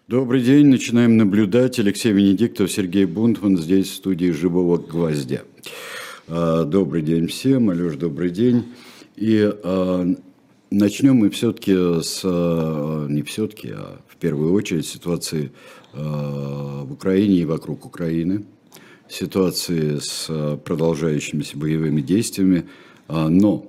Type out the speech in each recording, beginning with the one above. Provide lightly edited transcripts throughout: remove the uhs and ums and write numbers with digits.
Добрый день, начинаем наблюдать. Алексей Венедиктов, Сергей Бунтман здесь в студии «Живого гвоздя». Добрый день всем, Алеш, добрый день. И начнем мы все-таки не все-таки, а в первую очередь ситуации в Украине и вокруг Украины, ситуации с продолжающимися боевыми действиями, но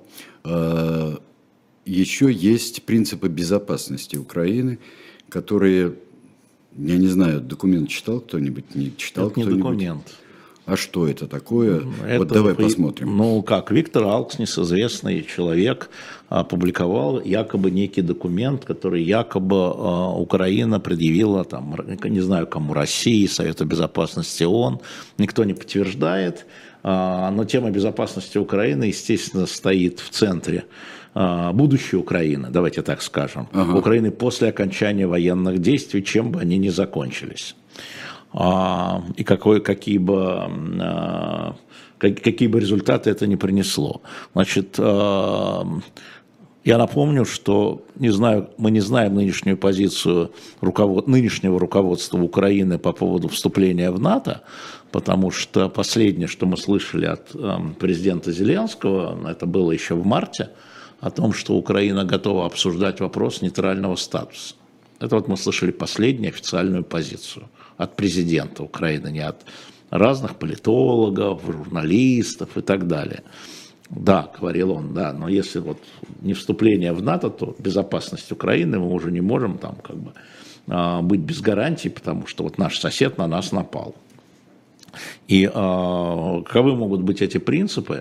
еще есть принципы безопасности Украины, которые... Я не знаю, документ читал кто-нибудь, не читал это кто-нибудь? Не документ. А что это такое? Это, вот давай посмотрим. Ну как, Виктор Алкснис, известный человек, опубликовал якобы некий документ, который якобы Украина предъявила, там, не знаю кому, России, Совету Безопасности ООН, никто не подтверждает, но тема безопасности Украины, естественно, стоит в центре. Будущее Украины, давайте так скажем, Украины после окончания военных действий, чем бы они ни закончились. И какие бы результаты это ни принесло. Значит, я напомню, что мы не знаем нынешнюю позицию нынешнего руководства Украины по поводу вступления в НАТО, потому что последнее, что мы слышали от президента Зеленского, это было еще в марте, о том, что Украина готова обсуждать вопрос нейтрального статуса. Это вот мы слышали последнюю официальную позицию от президента Украины, не от разных политологов, журналистов и так далее. Да, говорил он, да, но если вот не вступление в НАТО, то безопасность Украины мы уже не можем там как бы быть без гарантий, потому что вот наш сосед на нас напал. И каковы могут быть эти принципы?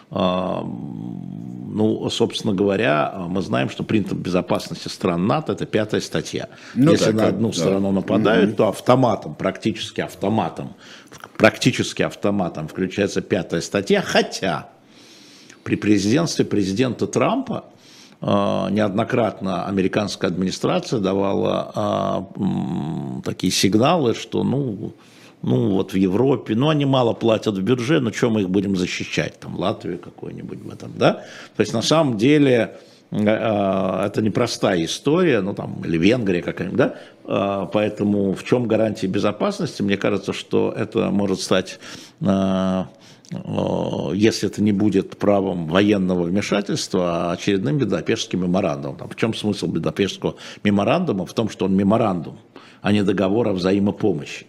Ну, собственно говоря, мы знаем, что принцип безопасности стран НАТО – это 5-я статья. Если на одну страну нападают, то практически автоматом включается 5-я статья, хотя при президентстве президента Трампа неоднократно американская администрация давала такие сигналы, что вот в Европе, они мало платят в бюджет, но что мы их будем защищать, там Латвию какую-нибудь в этом, да? То есть на самом деле это непростая история, или Венгрия какая-нибудь, да? Поэтому в чем гарантия безопасности? Мне кажется, что это может стать, если это не будет правом военного вмешательства, очередным Будапештским меморандумом. В чем смысл Будапештского меморандума? В том, что он меморандум, а не договор о взаимопомощи.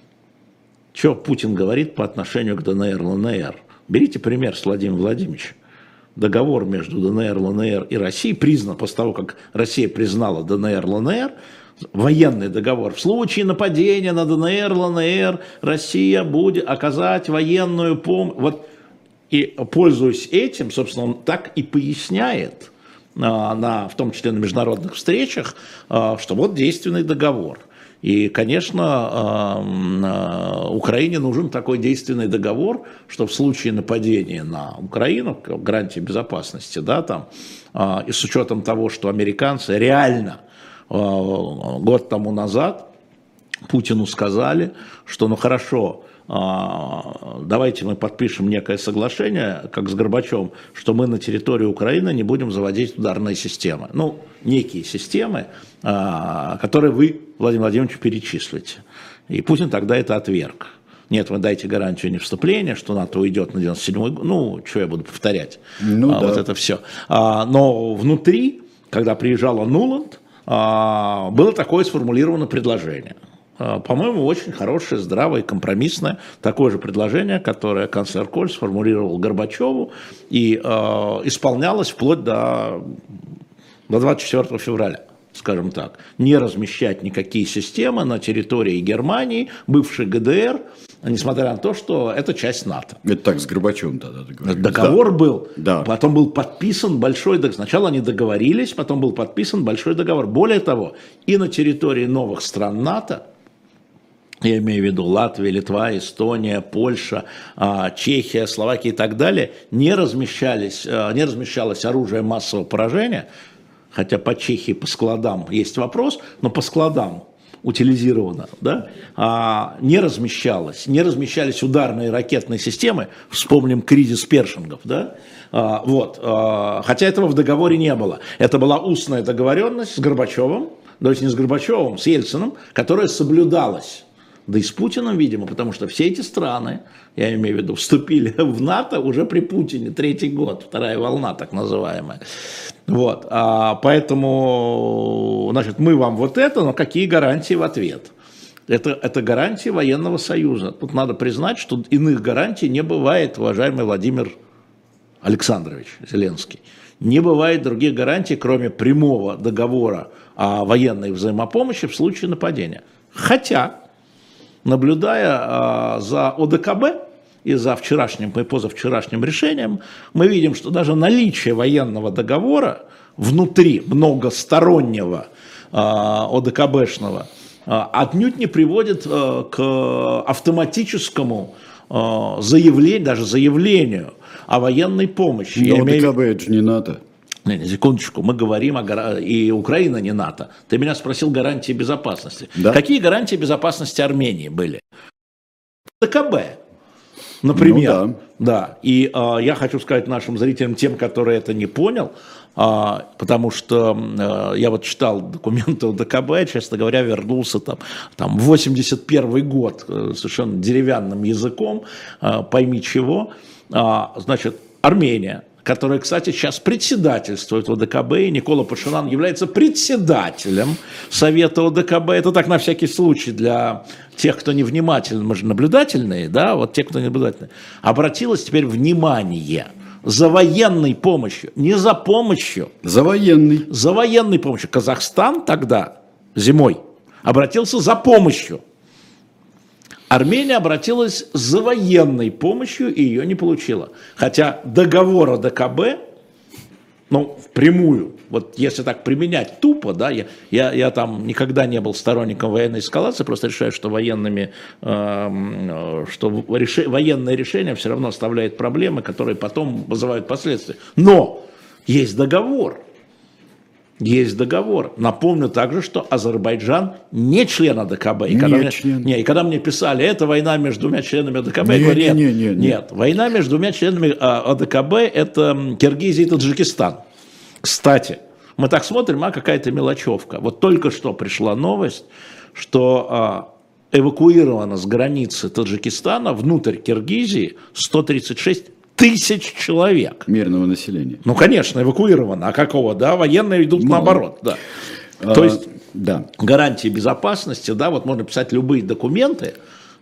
Что Путин говорит по отношению к ДНР, ЛНР? Берите пример с Владимиром Владимировичем. Договор между ДНР, ЛНР и Россией признан, после того, как Россия признала ДНР, ЛНР, военный договор. В случае нападения на ДНР, ЛНР, Россия будет оказать военную помощь. Вот, и пользуясь этим, собственно, он так и поясняет, в том числе на международных встречах, что вот действенный договор. И, конечно, Украине нужен такой действенный договор, что в случае нападения на Украину, гарантии безопасности, да, и с учетом того, что американцы реально год тому назад Путину сказали, что хорошо, давайте мы подпишем некое соглашение, как с Горбачевым, что мы на территории Украины не будем заводить ударные системы. Некие системы, которые вы, Владимир Владимирович, перечислите. И Путин тогда это отверг. Нет, вы дайте гарантию не вступления, что НАТО уйдет на 97-й год. Что я буду повторять? Да. Вот это все. Но внутри, когда приезжала Нуланд, было такое сформулировано предложение. По-моему, очень хорошее, здравое, компромиссное такое же предложение, которое канцлер Коль сформулировал Горбачеву и исполнялось вплоть до 24 февраля, скажем так. Не размещать никакие системы на территории Германии, бывшей ГДР, несмотря на то, что это часть НАТО. Это так с Горбачевым тогда договорились. Договор был, потом был подписан большой договор. Сначала они договорились, потом был подписан большой договор. Более того, и на территории новых стран НАТО, я имею в виду Латвия, Литва, Эстония, Польша, Чехия, Словакия и так далее, не размещалось оружие массового поражения, хотя по Чехии, по складам есть вопрос, но по складам утилизировано, да, не размещались ударные ракетные системы, вспомним кризис Першингов, да, хотя этого в договоре не было. Это была устная договоренность с Горбачевым, то есть не с Горбачевым, с Ельциным, которая соблюдалась. Да и с Путиным, видимо, потому что все эти страны, я имею в виду, вступили в НАТО уже при Путине, 3-й год, вторая волна так называемая. Вот, поэтому, значит, мы вам вот это, но какие гарантии в ответ? Это гарантии военного союза. Тут надо признать, что иных гарантий не бывает, уважаемый Владимир Александрович Зеленский. Не бывает других гарантий, кроме прямого договора о военной взаимопомощи в случае нападения. Хотя, наблюдая за ОДКБ и за вчерашним и позавчерашним решением, мы видим, что даже наличие военного договора внутри многостороннего ОДКБшного отнюдь не приводит к автоматическому заявлению, даже заявлению о военной помощи. Но ОДКБ это же не НАТО. Не, секундочку, мы говорим и Украина не НАТО. Ты меня спросил гарантии безопасности. Да? Какие гарантии безопасности Армении были? ОДКБ, например. Ну, да. И я хочу сказать нашим зрителям, тем, которые это не понял, потому что я вот читал документы ОДКБ, честно говоря, вернулся там в 81-й год совершенно деревянным языком, пойми чего. Значит, Армения, которая, кстати, сейчас председательствует в ОДКБ, и Никола Пашинян является председателем Совета ОДКБ. Это так на всякий случай для тех, кто невнимательный, мы же наблюдательные, да, вот те, кто наблюдательные, обратилась теперь внимание за военной помощью, не за помощью. За военной. За военной помощью. Казахстан тогда зимой обратился за помощью. Армения обратилась за военной помощью и ее не получила. Хотя договор ОДКБ, ну, впрямую, вот если так применять тупо, да, я там никогда не был сторонником военной эскалации, просто решаю, что военное решение все равно оставляет проблемы, которые потом вызывают последствия. Но есть договор. Есть договор. Напомню также, что Азербайджан не член ОДКБ. И когда мне писали, это война между двумя членами ОДКБ, я говорю, нет, война между двумя членами ОДКБ это Киргизия и Таджикистан. Кстати, мы так смотрим, какая-то мелочевка. Вот только что пришла новость, что эвакуировано с границы Таджикистана внутрь Киргизии 136 тысяч человек. Мирного населения. Ну, конечно, эвакуировано. А какого? Да, военные идут наоборот. Да. То есть гарантии безопасности, да, вот можно писать любые документы,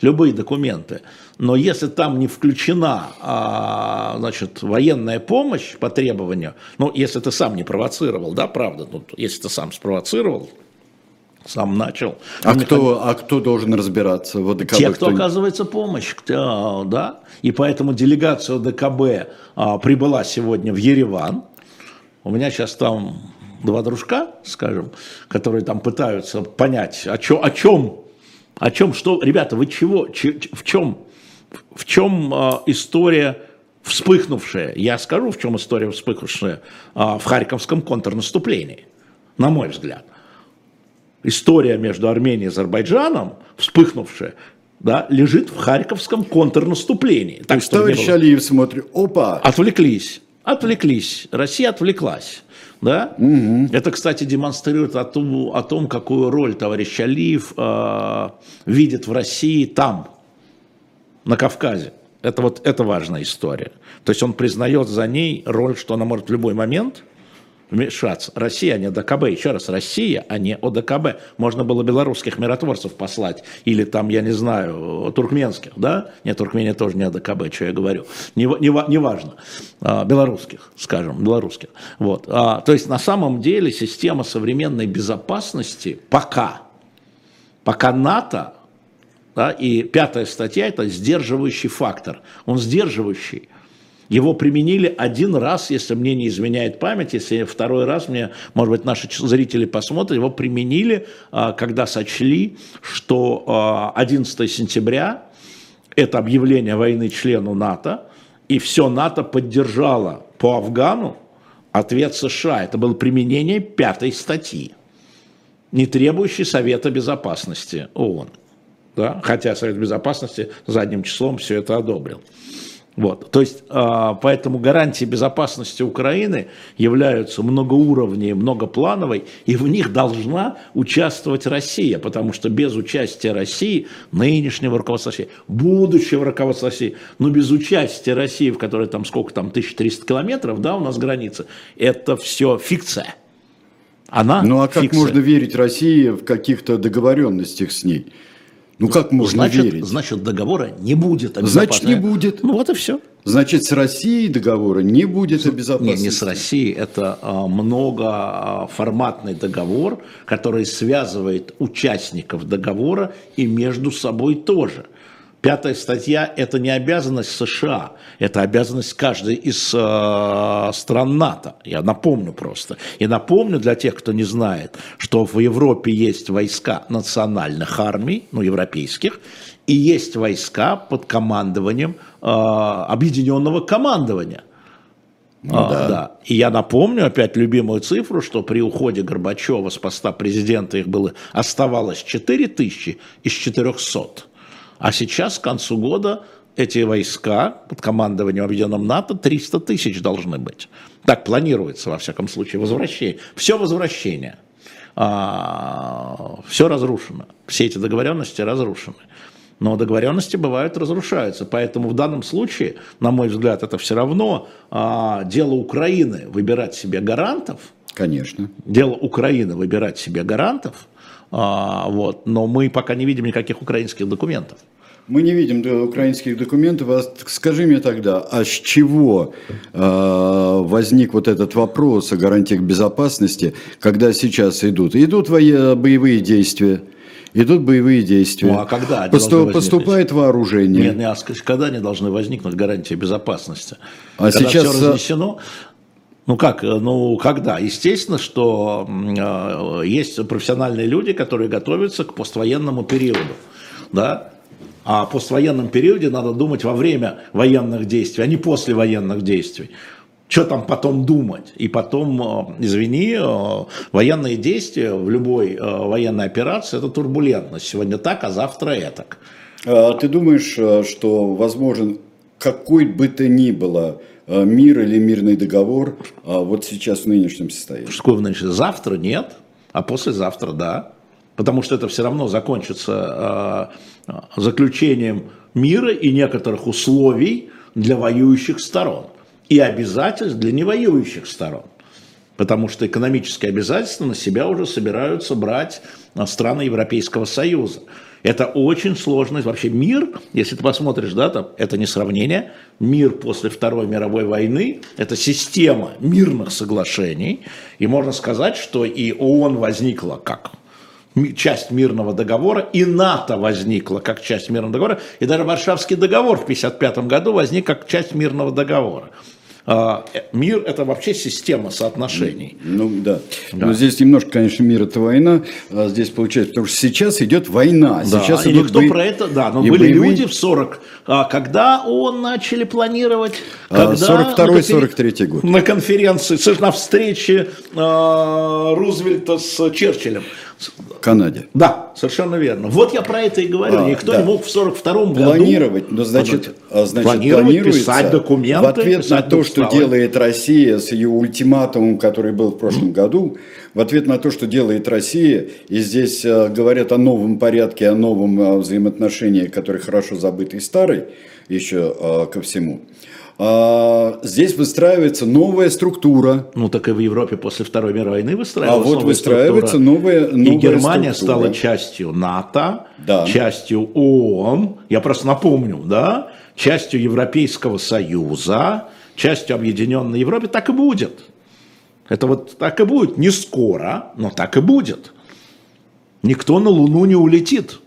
но если там не включена, значит, военная помощь по требованию, ну, если ты сам не провоцировал, да, правда, ну, если ты сам спровоцировал, сам начал. Кто должен разбираться в ОДКБ? Те, кто оказывается помощь, да. И поэтому делегация ОДКБ прибыла сегодня в Ереван. У меня сейчас там два дружка, скажем, которые там пытаются понять, о чем, что, ребята, вы чего, в чем история вспыхнувшая? Я скажу, в чем история вспыхнувшая в Харьковском контрнаступлении, на мой взгляд. История между Арменией и Азербайджаном, вспыхнувшая, да, лежит в Харьковском контрнаступлении. Так что товарищ Алиев смотрит, опа! Отвлеклись, Россия отвлеклась. Да? Угу. Это, кстати, демонстрирует о том, какую роль товарищ Алиев видит в России там, на Кавказе. Это важная история. То есть он признает за ней роль, что она может в любой момент вмешаться. Россия, а не ОДКБ. Еще раз, Россия, а не ОДКБ. Можно было белорусских миротворцев послать. Или там, я не знаю, туркменских. Да? Нет, Туркмения тоже не ОДКБ, что я говорю. Не важно. Белорусских, скажем, белорусских. Вот. То есть, на самом деле, система современной безопасности пока НАТО, да, и 5-я статья – это сдерживающий фактор. Он сдерживающий. Его применили один раз, если мне не изменяет память, если второй раз, может быть, наши зрители посмотрят, его применили, когда сочли, что 11 сентября – это объявление войны члену НАТО, и все НАТО поддержало по Афгану ответ США. Это было применение 5-й статьи, не требующей Совета Безопасности ООН. Да? Хотя Совет Безопасности задним числом все это одобрил. Вот. То есть, поэтому гарантии безопасности Украины являются многоуровневой, многоплановой, и в них должна участвовать Россия, потому что без участия России, нынешнего руководства России, будущего руководства России, но без участия России, в которой там сколько там, 1300 километров, да, у нас граница, это все фикция. Она Ну а как фикция. можно верить России в каких-то договоренностях с ней? Ну как можно верить? Значит, договора не будет о Значит, безопасности. не будет. Ну вот и все. Значит, с Россией договора не будет о безопасности. Не с Россией, это многоформатный договор, который связывает участников договора и между собой тоже. 5-я статья – это не обязанность США, это обязанность каждой из стран НАТО. Я напомню просто. И напомню для тех, кто не знает, что в Европе есть войска национальных армий, ну, европейских, и есть войска под командованием объединенного командования. Да. И я напомню опять любимую цифру, что при уходе Горбачева с поста президента их оставалось 4000 из 400. А сейчас, к концу года, эти войска под командованием Объединенного НАТО 300 тысяч должны быть. Так планируется, во всяком случае, возвращение. Все возвращение. Все разрушено. Все эти договоренности разрушены. Но договоренности бывают разрушаются. Поэтому в данном случае, на мой взгляд, это все равно дело Украины выбирать себе гарантов. Конечно. Дело Украины выбирать себе гарантов. Вот, но мы пока не видим никаких украинских документов. Мы не видим украинских документов. А скажи мне тогда, а с чего возник вот этот вопрос о гарантиях безопасности, когда сейчас идут боевые действия? Идут боевые действия. Ну, а когда поступает вооружение? Нет, когда они должны возникнуть гарантии безопасности? А когда сейчас все разнесено? Ну как, когда? Естественно, что есть профессиональные люди, которые готовятся к поствоенному периоду, да? А о поствоенном периоде надо думать во время военных действий, а не после военных действий. Что там потом думать? И потом, извини, военные действия в любой военной операции – это турбулентность. Сегодня так, а завтра этак. Ты думаешь, что возможен какой бы то ни было мир или мирный договор вот сейчас в нынешнем состоянии? Что в нынешнем? Завтра нет, а послезавтра да. Потому что это все равно закончится заключением мира и некоторых условий для воюющих сторон. И обязательств для невоюющих сторон. Потому что экономические обязательства на себя уже собираются брать страны Европейского Союза. Это очень сложный вообще мир, если ты посмотришь, да, там, это не сравнение, мир после Второй мировой войны, это система мирных соглашений, и можно сказать, что и ООН возникла как часть мирного договора, и НАТО возникла как часть мирного договора, и даже Варшавский договор в 1955 году возник как часть мирного договора. Мир – это вообще система соотношений. Ну да. Но здесь немножко, конечно, мир – это война. Здесь получается, потому что сейчас идет война. Да, сейчас и никто про это, да, но были люди в 40, когда ООН начали планировать, 42-43 год. На конференции, на встрече Рузвельта с Черчиллем. В Канаде. Да, совершенно верно. Вот я про это и говорю. Никто не мог в 42-м году планировать, но значит планируется писать документы. В ответ на то, что делает Россия с ее ультиматумом, который был в прошлом году, в ответ на то, что делает Россия, и здесь говорят о новом порядке, о новом взаимоотношении, который хорошо забытый старый, еще ко всему. Здесь выстраивается новая структура. Ну так и в Европе после Второй мировой войны выстраивалась вот выстраивается новая и Германия структура. Стала частью НАТО, да. Частью ООН, я просто напомню, да, частью Европейского Союза, частью Объединенной Европы. Так и будет. Это вот так и будет. Не скоро, но так и будет. Никто на Луну не улетит.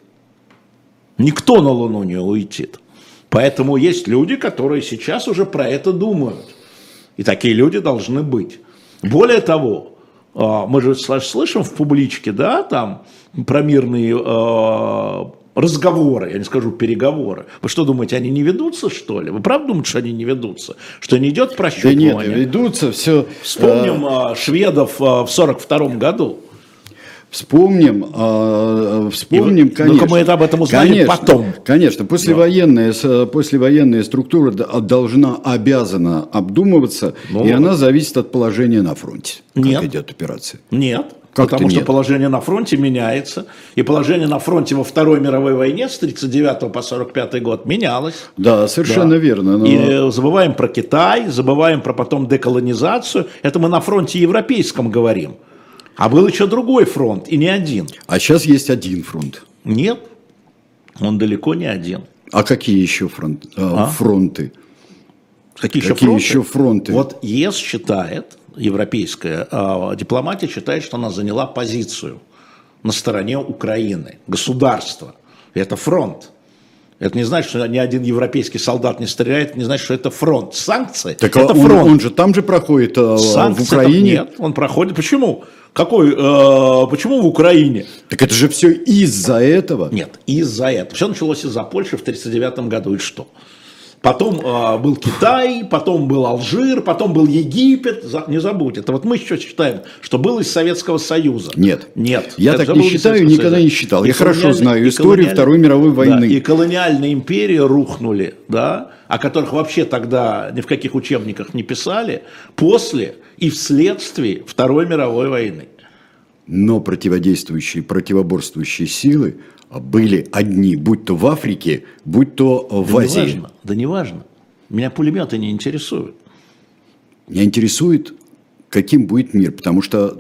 Никто на Луну не улетит. Поэтому есть люди, которые сейчас уже про это думают. И такие люди должны быть. Более того, мы же слышим в публичке, да, там, про мирные разговоры, я не скажу переговоры. Вы что думаете, они не ведутся, что ли? Вы правда думаете, что они не ведутся? Что не идет прощупывание? Да нет, ведутся, все. Вспомним шведов в 1942 году. Вспомним, конечно. Мы об этом узнаем конечно, потом. Конечно, послевоенная структура обязана обдумываться, и она зависит от положения на фронте, как идет операция. Нет. Как Потому что положение на фронте меняется. И положение на фронте во Второй мировой войне с 1939 по 1945 год менялось. Да, совершенно верно. Но... И забываем про Китай, забываем про потом деколонизацию. Это мы на фронте европейском говорим. А был еще другой фронт, и не один. А сейчас есть один фронт. Нет, он далеко не один. А какие еще фронты? Какие еще фронты? Вот ЕС считает, европейская дипломатия считает, что она заняла позицию на стороне Украины, государства. Это фронт. Это не значит, что ни один европейский солдат не стреляет, не значит, что это фронт. Санкции – это фронт. Он же там же проходит в Украине. Нет, он проходит. Почему? Почему в Украине? Так это же все из-за этого. Нет, из-за этого. Все началось из-за Польши в 1939 году. И что? Потом был Китай, потом был Алжир, потом был Египет. Не забудь, это вот мы еще считаем, что было из Советского Союза. Нет. Нет. Я так не считаю, никогда не считал. Я хорошо знаю историю Второй мировой войны. Да, и колониальные империи рухнули, да, о которых вообще тогда ни в каких учебниках не писали, после и вследствие Второй мировой войны. Но противоборствующие силы были одни, будь то в Африке, будь то в Азии. Да не важно. Меня пулеметы не интересуют. Меня интересует, каким будет мир, потому что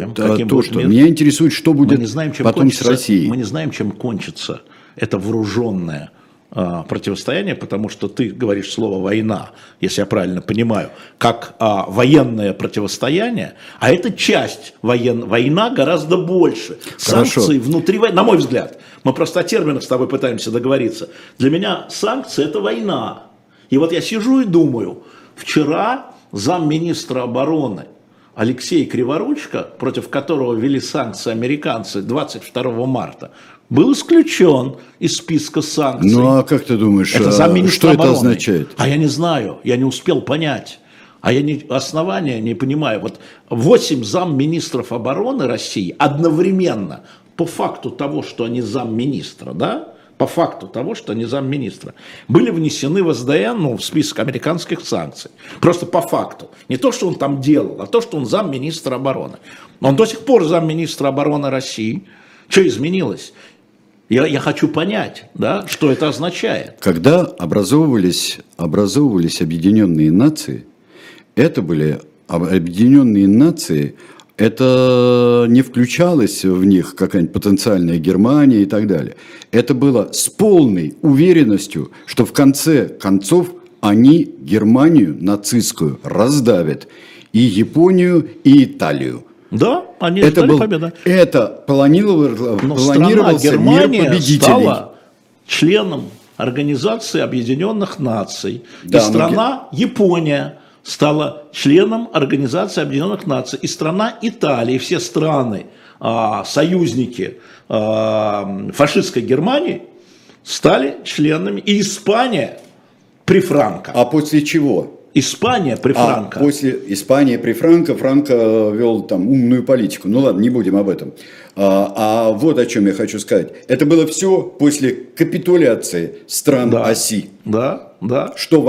мир. Меня интересует, что будет потом с Россией. Мы не знаем, чем кончится это вооруженное противостояние, потому что ты говоришь слово «война», если я правильно понимаю, как военное противостояние, а это часть война гораздо больше. Хорошо. Санкции внутри войны, на мой взгляд, мы просто о терминах с тобой пытаемся договориться. Для меня санкции – это война. И вот я сижу и думаю, вчера замминистра обороны Алексей Криворучко, против которого ввели санкции американцы 22 марта, был исключен из списка санкций. Ну а как ты думаешь, что это означает? А я не знаю, я не успел понять. Основания не понимаю. Вот 8 замминистров обороны России одновременно, по факту того, что они замминистра, да? По факту того, что они замминистра, были внесены в СДН, в список американских санкций. Просто по факту. Не то, что он там делал, а то, что он замминистра обороны. Он до сих пор замминистра обороны России. Что изменилось? Я хочу понять, да, что это означает. Когда образовывались Объединенные Нации, это были Объединенные Нации, это не включалось в них какая-нибудь потенциальная Германия и так далее. Это было с полной уверенностью, что в конце концов они Германию нацистскую раздавят, и Японию, и Италию. Да, они ждали победы. Это планировался мир победителей. Стала членом Организации Объединенных Наций. Да, и страна Япония стала членом Организации Объединенных Наций. И страна Италия, и все страны, союзники фашистской Германии стали членами. И Испания при Франко. А после чего? Испания при Франко. После Испании при Франко вел там умную политику. Ну ладно, не будем об этом. Вот о чем я хочу сказать. Это было все после капитуляции стран оси. Да. Что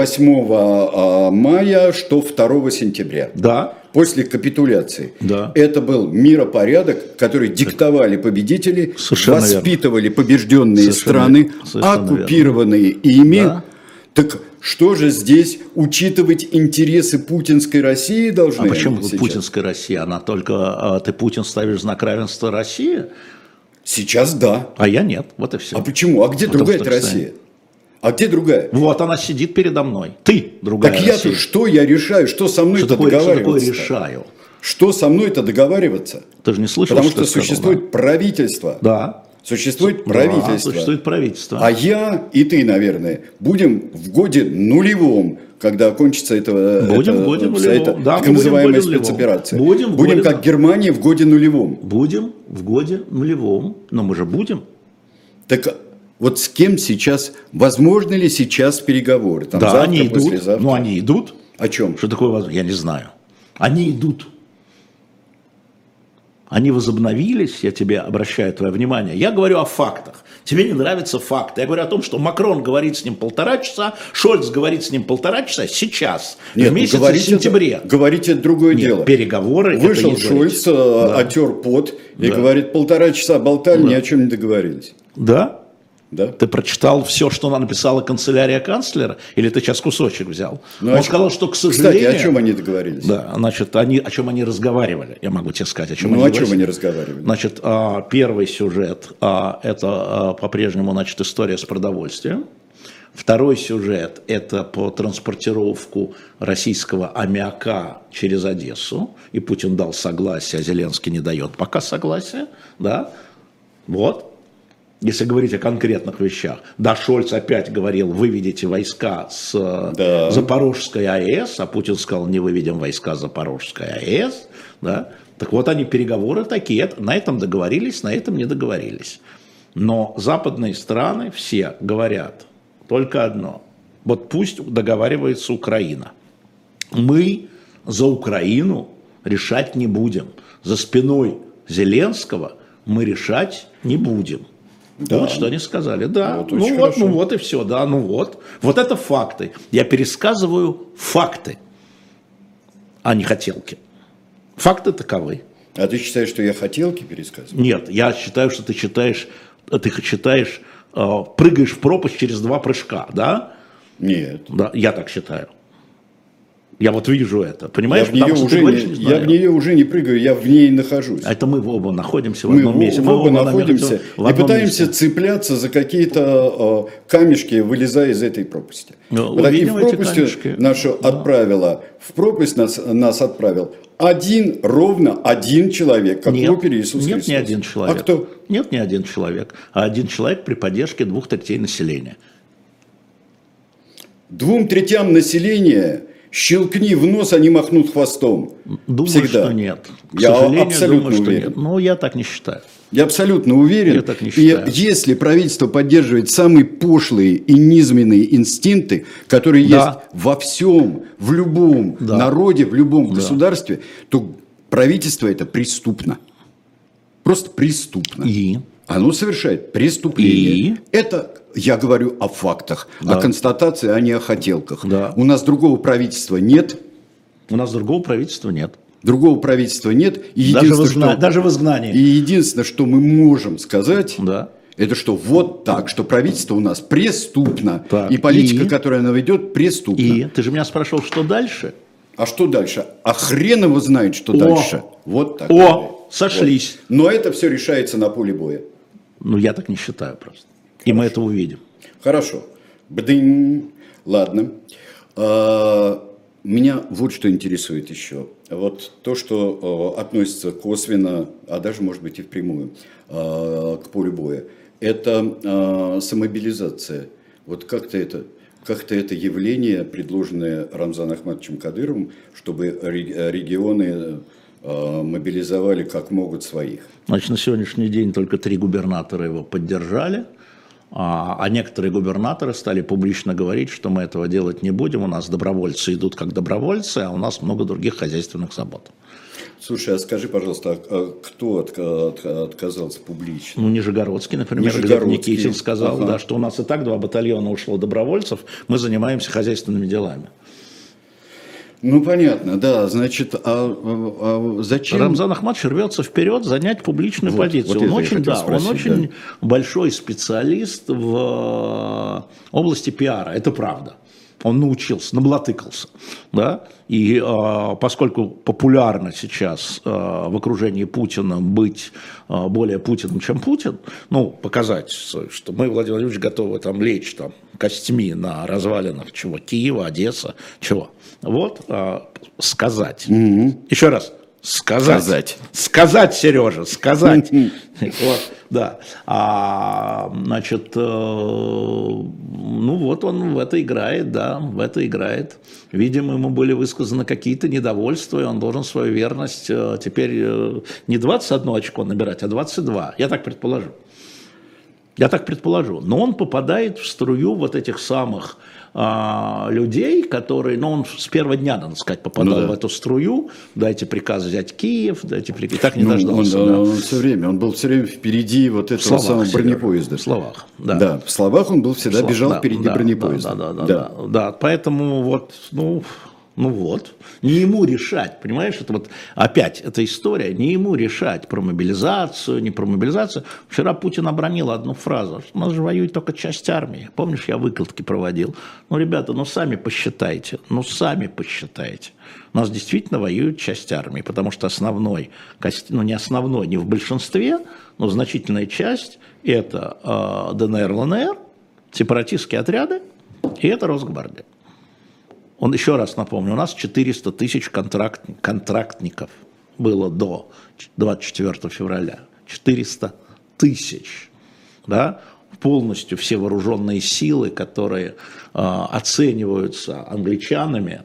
8 мая, что 2 сентября. Да. После капитуляции. Да. Это был миропорядок, который диктовали победители, воспитывали побежденные страны, оккупированные ими. Да. Так что же здесь учитывать интересы путинской России должны? А почему путинская Россия? Она только... Ты Путин ставишь знак равенства России? Сейчас да. А я нет. Вот и все. А почему? А где другая-то Россия? А где другая? Вот она сидит передо мной. Ты другая Россия. Так я-то что я решаю? Что со мной-то договариваться? Что такое решаю? Что со мной-то договариваться? Ты же не слышал, потому что существует правительство. Да. Существует правительство. Да, существует правительство. А я и ты, наверное, будем в годе нулевом, когда окончится вся эта так называемая спецоперация. Будем как Германия в годе нулевом. Будем в годе нулевом, но мы же будем. Так вот с кем сейчас, возможно ли сейчас переговоры? Там да, завтра, они идут. Послезавтра. Ну, они идут. О чем? Что такое возможно? Я не знаю. Они идут. Они возобновились, я тебе обращаю твое внимание. Я говорю о фактах. Тебе не нравятся факты. Я говорю о том, что Макрон говорит с ним 1,5 часа, Шольц говорит с ним 1,5 часа сейчас, Нет, в месяце сентябре. Говорите другое дело. Переговоры. Вышел Шольц, отер пот и говорит, 1,5 часа болтали, ни о чем не договорились. Да? Да? Ты прочитал все, что написала канцелярия канцлера, или ты сейчас кусочек взял? Ну, Он сказал, что, к сожалению... Кстати, о чем они договорились? Да, значит, о чем они разговаривали, я могу тебе сказать. О чем они разговаривали? Значит, первый сюжет, это по-прежнему, значит, история с продовольствием. Второй сюжет, это по транспортировку российского аммиака через Одессу, и Путин дал согласие, а Зеленский не дает пока согласия, да, вот. Если говорить о конкретных вещах. Да, Шольц опять говорил, выведите войска с Запорожской АЭС, а Путин сказал, не выведем войска с Запорожской АЭС. Да? Так вот, они переговоры такие, на этом договорились, на этом не договорились. Но западные страны все говорят только одно. Вот пусть договаривается Украина. Мы за Украину решать не будем. За спиной Зеленского мы решать не будем. Да. Вот что они сказали, да, ну вот и все, да, вот это факты. Я пересказываю факты, а не хотелки. Факты таковы. А ты считаешь, что я хотелки пересказываю? Нет, я считаю, что ты читаешь, прыгаешь в пропасть через 2 прыжка, да? Нет. Да, я так считаю. Я вот вижу это, понимаешь? Я в нее уже не прыгаю, я в ней нахожусь. А это мы оба находимся в одном месте. Мы оба находимся и пытаемся цепляться за какие-то камешки, вылезая из этой пропасти. И в пропасть нашу отправила, в пропасть нас отправил ровно один человек, как Иисус Христос. Нет, не один человек. А кто? Нет, не один человек, а один человек при поддержке 2/3 населения. 2/3 населения... Щелкни в нос, они махнут хвостом. Думаю, всегда. Что нет. Я абсолютно уверен. Нет. Но я так не считаю. Я абсолютно уверен. Я так не считаю. И если правительство поддерживает самые пошлые и низменные инстинкты, которые есть во всем, в любом народе, в любом государстве, то правительство это преступно. Просто преступно. И? Оно совершает преступление. Это... Я говорю о фактах, о констатации, а не о хотелках. Да. У нас другого правительства нет. У нас другого правительства нет. Другого правительства нет. И даже в изгнании. И единственное, что мы можем сказать, это что вот так, что правительство у нас преступно. Так. И политика, которую оно ведет, преступна. И ты же меня спрашивал, что дальше? А что дальше? А хрен его знает, что дальше. Вот так. Сошлись. Вот. Но это все решается на поле боя. Ну, я так не считаю просто. И мы это увидим. Хорошо. Бдынь. Ладно. Меня вот что интересует еще. Вот то, что относится косвенно, а даже, может быть, и впрямую к полю боя. Это самомобилизация. Вот как-то это явление, предложенное Рамзаном Ахматовичем Кадыровым, чтобы регионы мобилизовали как могут своих. Значит, на сегодняшний день только 3 губернатора его поддержали. А некоторые губернаторы стали публично говорить, что мы этого делать не будем, у нас добровольцы идут как добровольцы, а у нас много других хозяйственных забот. Слушай, а скажи, пожалуйста, кто отказался публично? Ну, Нижегородский, например, Глеб Никитин сказал, что у нас и так 2 батальона ушло добровольцев, мы занимаемся хозяйственными делами. Ну, понятно, да, значит, зачем? Рамзан Ахматович рвется вперед занять публичную позицию. Он очень большой специалист в области пиара, это правда. Он научился, наблатыкался. Да? И поскольку популярно сейчас в окружении Путина быть более Путиным, чем Путин, ну, показать, что мы, Владимир Владимирович, готовы там лечь там, костьми на развалинах чего, Киева, Одесса, чего. Вот, сказать. Еще раз. Сказать, Сережа, сказать. Вот, да. Значит, ну вот он в это играет, да, в это играет. Видимо, ему были высказаны какие-то недовольства, и он должен свою верность теперь не 21 очко набирать, а 22. Я так предположу. Я так предположу. Но он попадает в струю вот этих самых людей, которые, он с первого дня, надо сказать, попадал в эту струю. Дайте приказ взять Киев, дайте приказ. Так не дождался. Он был все время впереди вот этого самого бронепоезда. В словах, да. Да, в словах он был всегда бежал впереди бронепоезда. Да, поэтому вот, не ему решать, понимаешь, это вот опять эта история, не ему решать про мобилизацию, не про мобилизацию. Вчера Путин обронил одну фразу: у нас же воюет только часть армии. Помнишь, я выкладки проводил? Ребята, сами посчитайте, У нас действительно воюет часть армии, потому что основной, не основной, не в большинстве, но значительная часть это ДНР, ЛНР, сепаратистские отряды, и это Росгвардия. Он, еще раз напомню, у нас 400 тысяч контрактников было до 24 февраля. 400 тысяч. Да? Полностью все вооруженные силы, которые оцениваются англичанами,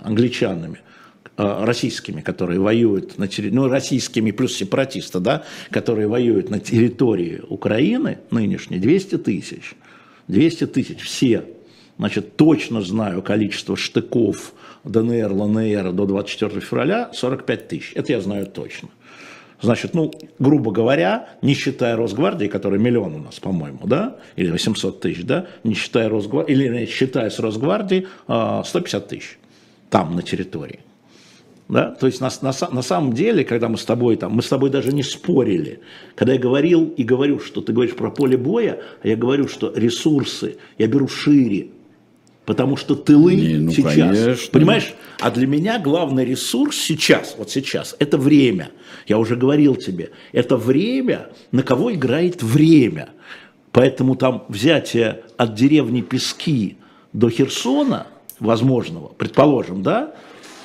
российскими, которые воюют на территории, российскими плюс сепаратисты, да, которые воюют на территории Украины нынешней, 200 тысяч. 200 тысяч, все. Значит, точно знаю количество штыков ДНР, ЛНР до 24 февраля 45 тысяч. Это я знаю точно. Значит, грубо говоря, не считая Росгвардии, которая 1 миллион у нас, по-моему, да, или 800 тысяч, да, не считая Росгвардии, или считая с Росгвардией 150 тысяч там, на территории. Да? То есть на самом деле, когда мы с тобой даже не спорили, когда я говорил и говорю, что ты говоришь про поле боя, а я говорю, что ресурсы я беру шире, потому что тылы сейчас, конечно. Понимаешь, а для меня главный ресурс сейчас, это время. Я уже говорил тебе, это время, на кого играет время. Поэтому там взятие от деревни Пески до Херсона возможного, предположим, да,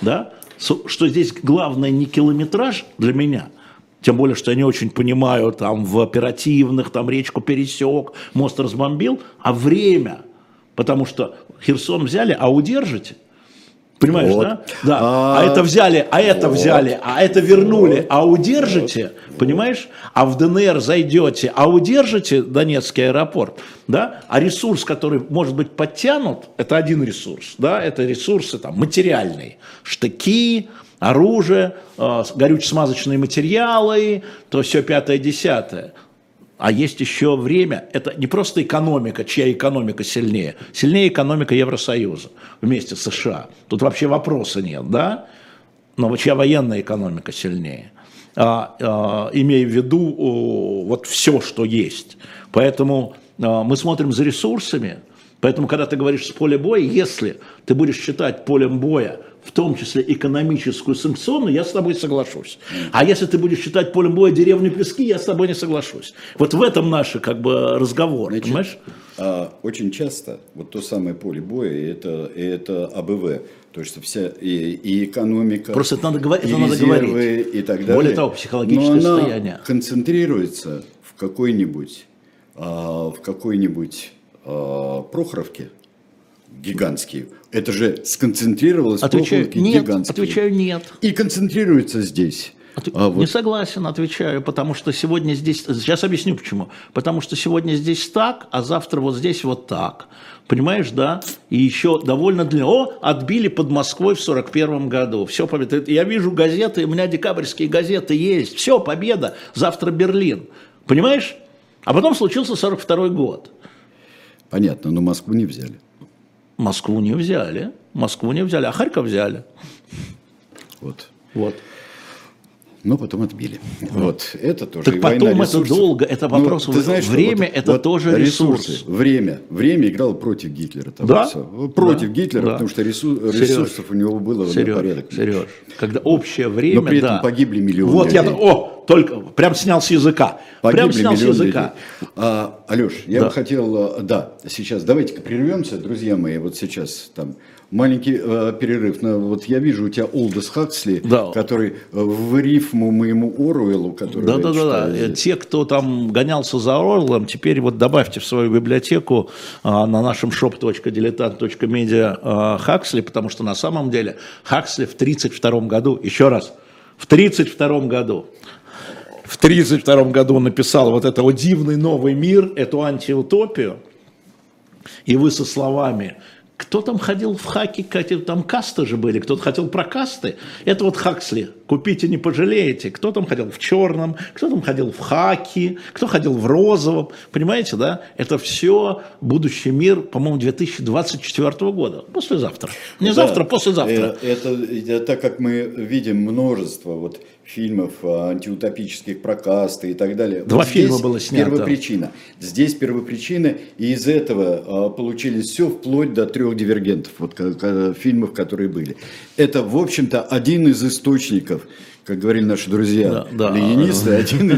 что здесь главное не километраж для меня, тем более, что я не очень понимаю там в оперативных, там речку пересек, мост разбомбил, а время, потому что Херсон взяли, а удержите, понимаешь, вот. Да? А это взяли, а это взяли, а это вернули, а удержите, понимаешь, а в ДНР зайдете, а удержите Донецкий аэропорт, да, а ресурс, который может быть подтянут, это один ресурс, да, это ресурсы там материальные, штыки, оружие, горюче-смазочные материалы, то все 5-10. А есть еще время, это не просто экономика, чья экономика сильнее. Сильнее экономика Евросоюза вместе с США. Тут вообще вопроса нет, да? Но чья военная экономика сильнее? Имея в виду вот все, что есть. Поэтому мы смотрим за ресурсами. Поэтому, когда ты говоришь с поля боя, если ты будешь считать полем боя, в том числе экономическую, санкционную, я с тобой соглашусь. А если ты будешь считать полем боя деревню Пески, я с тобой не соглашусь. Вот в этом наш разговор, значит, понимаешь? Очень часто вот то самое поле боя, это АБВ. То, что вся и экономика, просто это надо говорить, и так далее. Более того, психологическое состояние. Она концентрируется в какой-нибудь Прохоровке гигантские. Это же сконцентрировалось в Прохоровке гигантские. Отвечаю нет. И концентрируется здесь. Не согласен, отвечаю, потому что сегодня здесь, сейчас объясню почему, потому что сегодня здесь так, а завтра вот здесь вот так, понимаешь, да, и еще довольно отбили под Москвой в 41 году, все, победа, я вижу газеты, у меня декабрьские газеты есть, все, победа, завтра Берлин, понимаешь, а потом случился 42 год. Понятно, но Москву не взяли. Москву не взяли, а Харьков взяли. Вот. Но потом отбили. Вот. Это тоже так потом это долго, это вопрос. Ты знаешь, время это тоже ресурс. Время играло против Гитлера. Против Гитлера, потому что ресурсов у него было на порядок. Сереж, когда общее время, но при этом погибли миллионы людей. Только прям снял с языка. Алеш, я бы хотел, сейчас давайте-ка прервемся, друзья мои, вот сейчас там маленький перерыв. Вот я вижу у тебя Олдос Хаксли, который в рифму моему Оруэллу, который Да. Те, кто там гонялся за Оруэллом, теперь вот добавьте в свою библиотеку на нашем shop.diletant.media Хаксли, потому что на самом деле Хаксли в 1932 году, еще раз, в 1932 году в 1932 году написал вот это «О дивный новый мир», эту антиутопию, и вы со словами «Кто там ходил в хаки, там касты же были, кто-то хотел про касты». Это вот Хаксли, купите, не пожалеете. Кто там ходил в черном, кто там ходил в хаки, кто ходил в розовом. Понимаете, да? Это все будущий мир, по-моему, 2024 года. Послезавтра. Не завтра, послезавтра. Это как мы видим множество вот фильмов антиутопических про касты и так далее. Два фильма было снято. Первопричина. Здесь первопричина, и из этого получились все вплоть до 3 дивергентов, вот, фильмов, которые были. Это, в общем-то, один из источников, как говорили наши друзья, ленинисты, один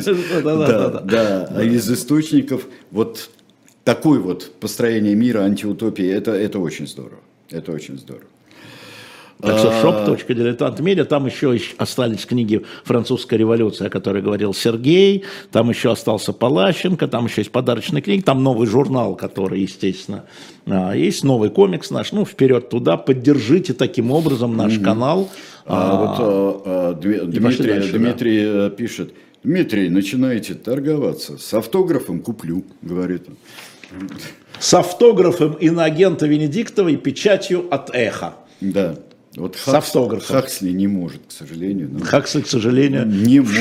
из источников вот такой вот построение мира, антиутопии. Это очень здорово. Это очень здорово. Так что shop.diletant.media, там еще остались книги «Французская революция», о которой говорил Сергей, там еще остался Палащенко, там еще есть подарочные книги, там новый журнал, который, естественно, есть, новый комикс наш, ну, вперед туда, поддержите таким образом наш канал. Дмитрий пишет: Дмитрий, начинаете торговаться, с автографом куплю, говорит он. С автографом иноагента Венедиктовой, печатью от «Эхо». Да. Вот с автографом. Хаксли не может, к сожалению. Хаксли, к сожалению, не в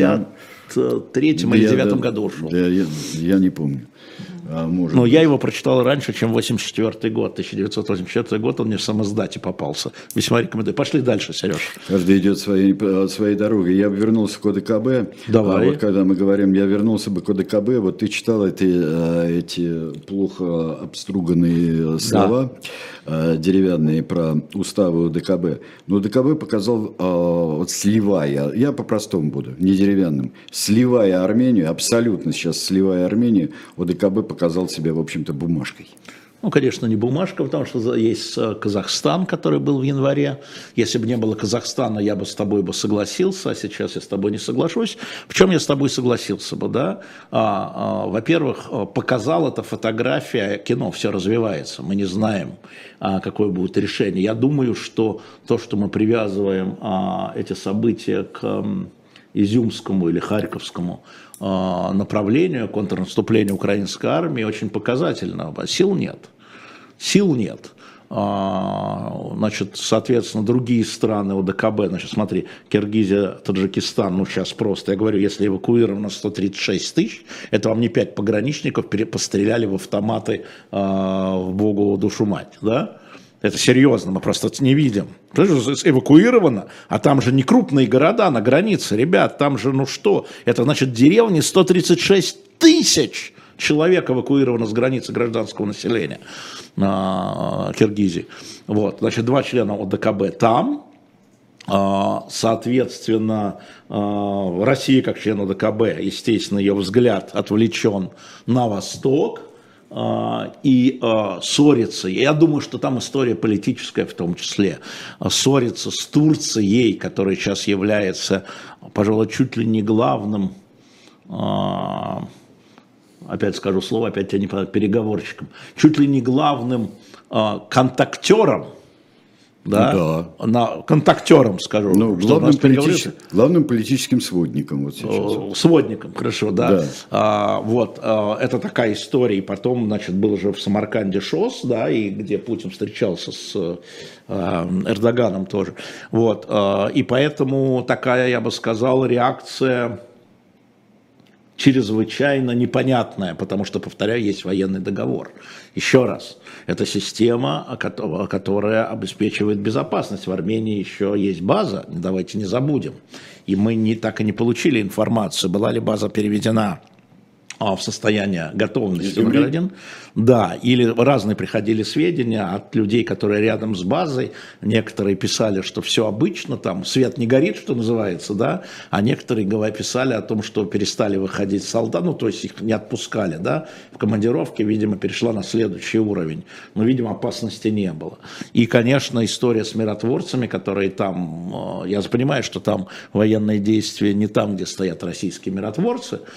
63-м или 9-м году ушел. Да, я не помню. Но я его прочитал раньше, чем 1984 год. 1984 год он мне в самоиздате попался. Весьма рекомендую. Пошли дальше, Сереж. Каждый идет своей дорогой. Я вернулся к ОДКБ. Давай. Вот когда мы говорим, я вернулся бы к ОДКБ, вот ты читал эти плохо обструганные слова, деревянные про уставы ОДКБ. Но ОДКБ показал, вот сливая, я по-простому буду, не деревянным, сливая Армению, абсолютно сейчас сливая Армению, ОДКБ показал себя, в общем-то, бумажкой. Ну, конечно, не бумажка, потому что есть Казахстан, который был в январе. Если бы не было Казахстана, я бы с тобой согласился, а сейчас я с тобой не соглашусь. В чем я с тобой согласился бы, да? Во-первых, показала эта фотография, кино все развивается, мы не знаем, какое будет решение. Я думаю, что то, что мы привязываем эти события к Изюмскому или Харьковскому направлению, контрнаступлению украинской армии, очень показательно. Сил нет. Сил нет. Значит, соответственно, другие страны ОДКБ, значит, смотри, Киргизия, Таджикистан, ну сейчас просто, я говорю, если эвакуировано 136 тысяч, это вам не 5 пограничников постреляли в автоматы в Богу душу мать, да? Это серьезно, мы просто это не видим. Эвакуировано, а там же не крупные города на границе, ребят, там же, ну что, это значит деревни 136 тысяч человек эвакуировано с границы гражданского населения Киргизии. Вот, значит, 2 члена ОДКБ там, соответственно, Россия как член ОДКБ, естественно, ее взгляд отвлечен на восток, и ссориться, я думаю, что там история политическая в том числе, ссориться с Турцией, которая сейчас является, пожалуй, чуть ли не главным, опять скажу слово, опять тебя не понравится, переговорщиком, чуть ли не главным контактером, да? Контактером, скажу. Ну, главным политическим сводником вот сейчас. Сводником, хорошо, да. Вот, это такая история, и потом, значит, был же в Самарканде ШОС, да, и где Путин встречался с Эрдоганом тоже. Вот, и поэтому такая, я бы сказал, реакция чрезвычайно непонятная, потому что, повторяю, есть военный договор. Еще раз, это система, которая обеспечивает безопасность. В Армении еще есть база, давайте не забудем. И мы так и не получили информацию, была ли база переведена в состояние готовности номер 1. Да, или разные приходили сведения от людей, которые рядом с базой. Некоторые писали, что все обычно, там свет не горит, что называется, да, а некоторые писали о том, что перестали выходить солдаты, ну, то есть их не отпускали, да, в командировке, видимо, перешла на следующий уровень. Но, видимо, опасности не было. И, конечно, история с миротворцами, которые там, я понимаю, что там военные действия не там, где стоят российские миротворцы,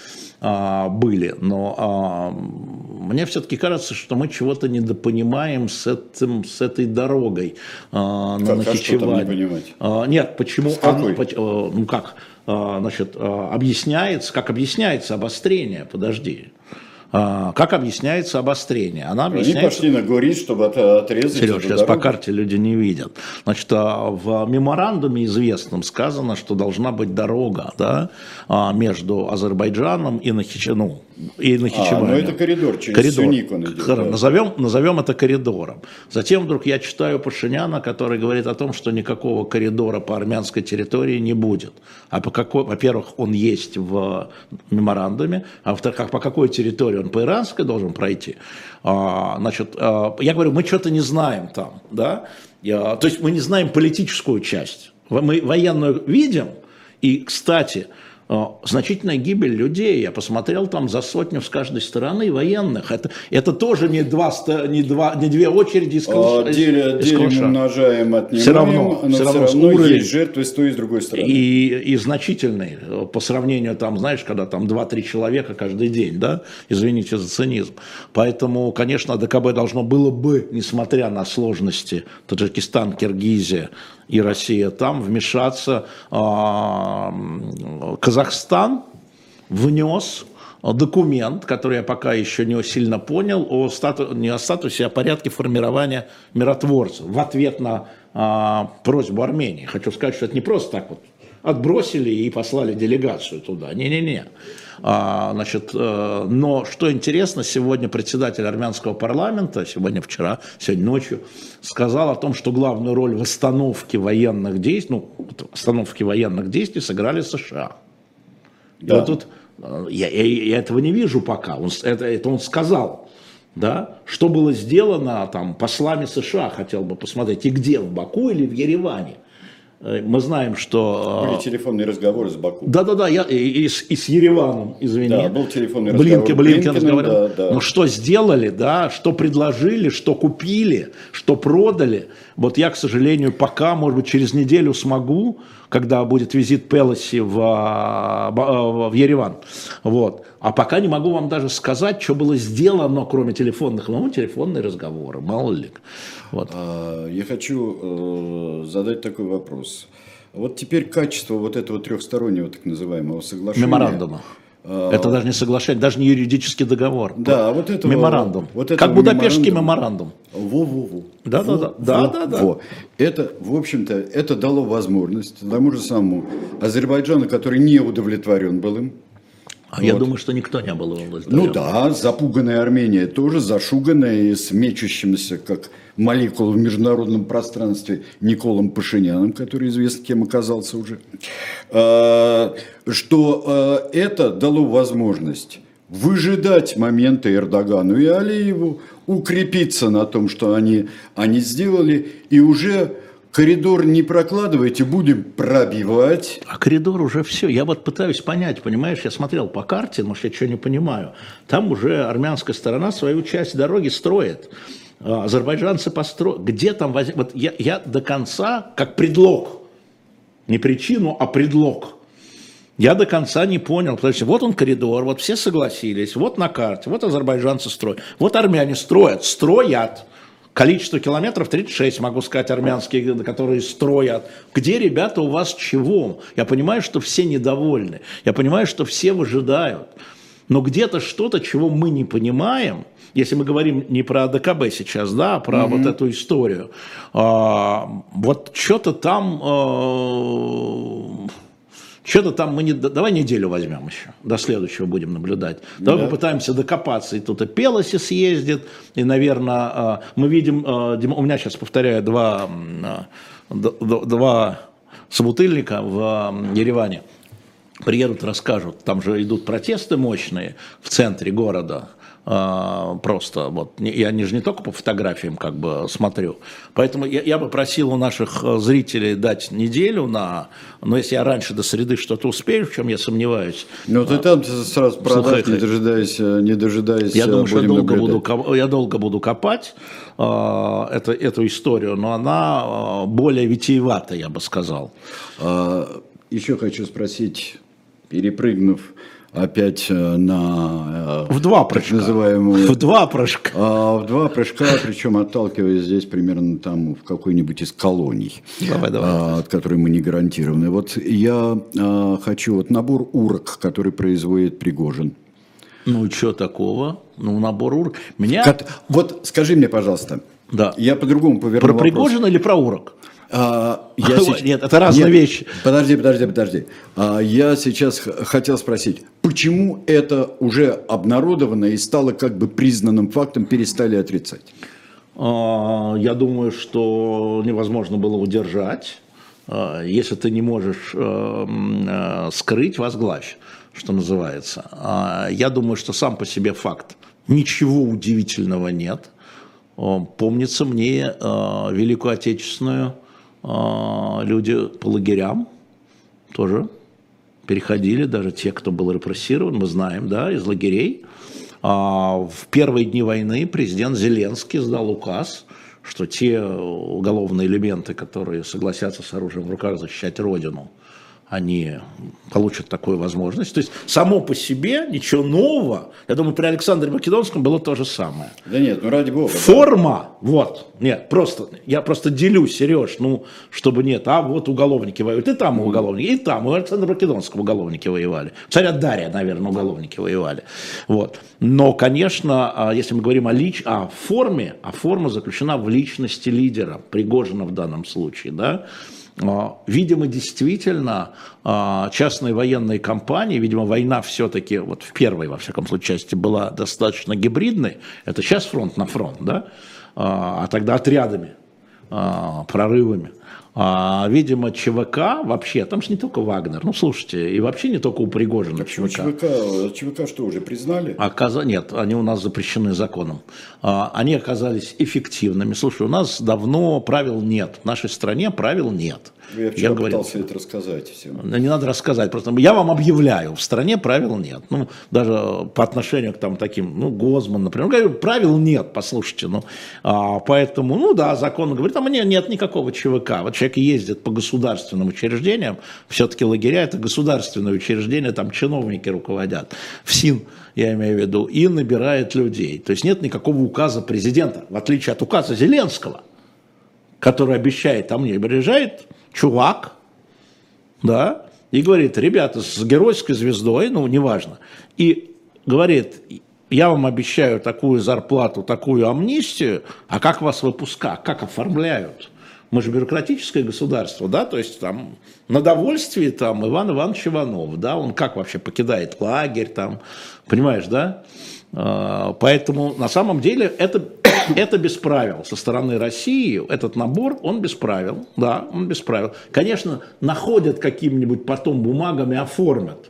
были, но мне все-таки кажется, что мы чего-то недопонимаем с этой дорогой на Нахичевань. Нет, почему? Ну как? Значит, объясняется обострение, подожди. Как объясняется обострение? Они пошли на Горис, чтобы отрезать. Сереж, сейчас по карте люди не видят. Значит, в меморандуме известном сказано, что должна быть дорога, да, между Азербайджаном и Нахичеванью. Ну это коридор через Сюник он идет. Да. Назовем это коридором. Затем вдруг я читаю Пашиняна, который говорит о том, что никакого коридора по армянской территории не будет. Во-первых, он есть в меморандуме, а во-вторых, по какой территории он по иранской должен пройти. Значит, я говорю, мы что-то не знаем там, да? То есть мы не знаем политическую часть. Мы военную видим, и, кстати, значительная гибель людей. Я посмотрел там за сотню с каждой стороны военных. Это тоже не две очереди из Делим, умножаем, отнимаем, но все равно есть жертвы с той и с другой стороны. И значительный по сравнению, там, знаешь, когда там 2-3 человека каждый день, да? Извините за цинизм. Поэтому, конечно, ДКБ должно было бы, несмотря на сложности, Таджикистан, Киргизия и Россия там, вмешаться. Казахстан внес документ, который я пока еще не сильно понял, не о статусе, а о порядке формирования миротворцев в ответ на просьбу Армении. Хочу сказать, что это не просто так вот отбросили и послали делегацию туда. Не-не-не. Значит, но что интересно, сегодня председатель армянского парламента, сегодня ночью, сказал о том, что главную роль в остановке военных действий, сыграли США. Да. Вот тут, я этого не вижу пока, это он сказал. Да? Что было сделано там, послами США, хотел бы посмотреть, и где, в Баку или в Ереване. Мы знаем, что... Были телефонные разговоры с Баку. Да-да-да, и с Ереваном, извини. Да, был телефонный разговор. Блинкен разговаривал. Да. Ну, что сделали, да, что предложили, что купили, что продали. Вот я, к сожалению, пока, может быть, через неделю смогу, когда будет визит Пелоси в Ереван. Вот. А пока не могу вам даже сказать, что было сделано, кроме телефонных. Ну, телефонные разговоры, мало ли. Вот. Я хочу задать такой вопрос. Вот теперь качество вот этого трехстороннего так называемого соглашения. Меморандума. Это даже не соглашение, даже не юридический договор. Да, вот это меморандум. Как Будапештский меморандум. Да. Это, в общем-то, это дало возможность тому же самому Азербайджану, который не удовлетворен был им. Я думаю, что никто не был удовлетворен. Ну да, запуганная Армения тоже, зашуганная и с мечущимся, как молекула в международном пространстве, Николом Пашиняном, который известно кем оказался уже, что это дало возможность выжидать моменты Эрдогану и Алиеву, укрепиться на том, что они сделали, и уже... Коридор не прокладывайте, будем пробивать. А коридор уже все. Я вот пытаюсь понять, понимаешь, я смотрел по карте, может, я что не понимаю. Там уже армянская сторона свою часть дороги строит. Азербайджанцы построят. Где там возьмут? Вот я до конца, как предлог, не причину, а предлог. Я до конца не понял, потому что вот он коридор, вот все согласились, вот на карте, вот азербайджанцы строят, вот армяне строят. Количество километров 36, могу сказать, армянские, которые строят. Где, ребята, у вас чего? Я понимаю, что все недовольны. Я понимаю, что все выжидают. Но где-то что-то, чего мы не понимаем, если мы говорим не про ДКБ сейчас, да, а про вот эту историю. Вот что-то там... Давай неделю возьмем еще, до следующего будем наблюдать. Давай попытаемся докопаться, и тут и Пелоси съездит, и, наверное, мы видим, у меня сейчас, повторяю, два собутыльника в Ереване приедут, расскажут, там же идут протесты мощные в центре города. Просто вот я же не только по фотографиям как бы смотрю, поэтому я бы просил у наших зрителей дать неделю но если я раньше до среды что-то успею, в чем я сомневаюсь. Ну ты там сразу продашь, не дожидаясь. Я думаю, что я долго буду копать эту историю, но она более витиевата, я бы сказал. Еще хочу спросить, перепрыгнув опять на в два так прыжка. называемую... В два прыжка. В два прыжка, причем отталкиваясь здесь примерно там в какой-нибудь из колоний, Давай. от которой мы не гарантированы. Вот я хочу вот набор урок, который производит Пригожин. Ну, что такого? Ну, набор урок. Вот скажи мне, пожалуйста, да. Я по-другому поверну про вопрос. Пригожина или про урок? Нет, это разные вещи. Подожди. Я сейчас хотел спросить, почему это уже обнародовано и стало как бы признанным фактом, перестали отрицать? Я думаю, что невозможно было удержать. Если ты не можешь скрыть, возглавь, что называется. Я думаю, что сам по себе факт. Ничего удивительного нет. Помнится мне Великую Отечественную, люди по лагерям тоже переходили, даже те, кто был репрессирован, мы знаем, да, из лагерей. В первые дни войны президент Зеленский издал указ, что те уголовные элементы, которые согласятся с оружием в руках защищать Родину, они получат такую возможность. То есть само по себе ничего нового. Я думаю, при Александре Македонском было то же самое. Да нет, ну ради бога. Форма, да. Вот, нет, я просто делюсь, Сереж, чтобы нет, вот уголовники воюют, и там уголовники, и там, у Александра Македонского уголовники воевали. Царя Дария, наверное, уголовники воевали. Вот. Но, конечно, если мы говорим о форме, форма заключена в личности лидера, Пригожина в данном случае, да. Видимо, действительно, частные военные компании, видимо, война все-таки, вот в первой, во всяком случае, части была достаточно гибридной, это сейчас фронт на фронт, да, а тогда отрядами, прорывами. Видимо, ЧВК вообще, там же не только Вагнер, слушайте, и вообще не только у Пригожина ЧВК что, уже признали? Нет, они у нас запрещены законом. Они оказались эффективными. Слушай, у нас давно правил нет, в нашей стране правил нет. Я вчера пытался это рассказать всем. Не надо рассказать, просто я вам объявляю, в стране правил нет. Даже по отношению к таким, Гозман, например, говорю, правил нет, послушайте. Поэтому, закон говорит, нет никакого ЧВК. Вот человек ездит по государственным учреждениям, все-таки лагеря это государственные учреждения, там чиновники руководят, ФСИН, я имею в виду, и набирает людей. То есть нет никакого указа президента, в отличие от указа Зеленского, который обещает, мне приезжает чувак, да, и говорит, ребята, с геройской звездой, неважно, и говорит, я вам обещаю такую зарплату, такую амнистию, а как вас выпускают, как оформляют? Мы же бюрократическое государство, да, то есть там на довольствии Иван Иванович Иванов, да, он как вообще покидает лагерь, понимаешь, да? Поэтому на самом деле это без правил со стороны России, этот набор, он без правил, да, он без правил. Конечно, находят какими-нибудь потом бумагами, оформят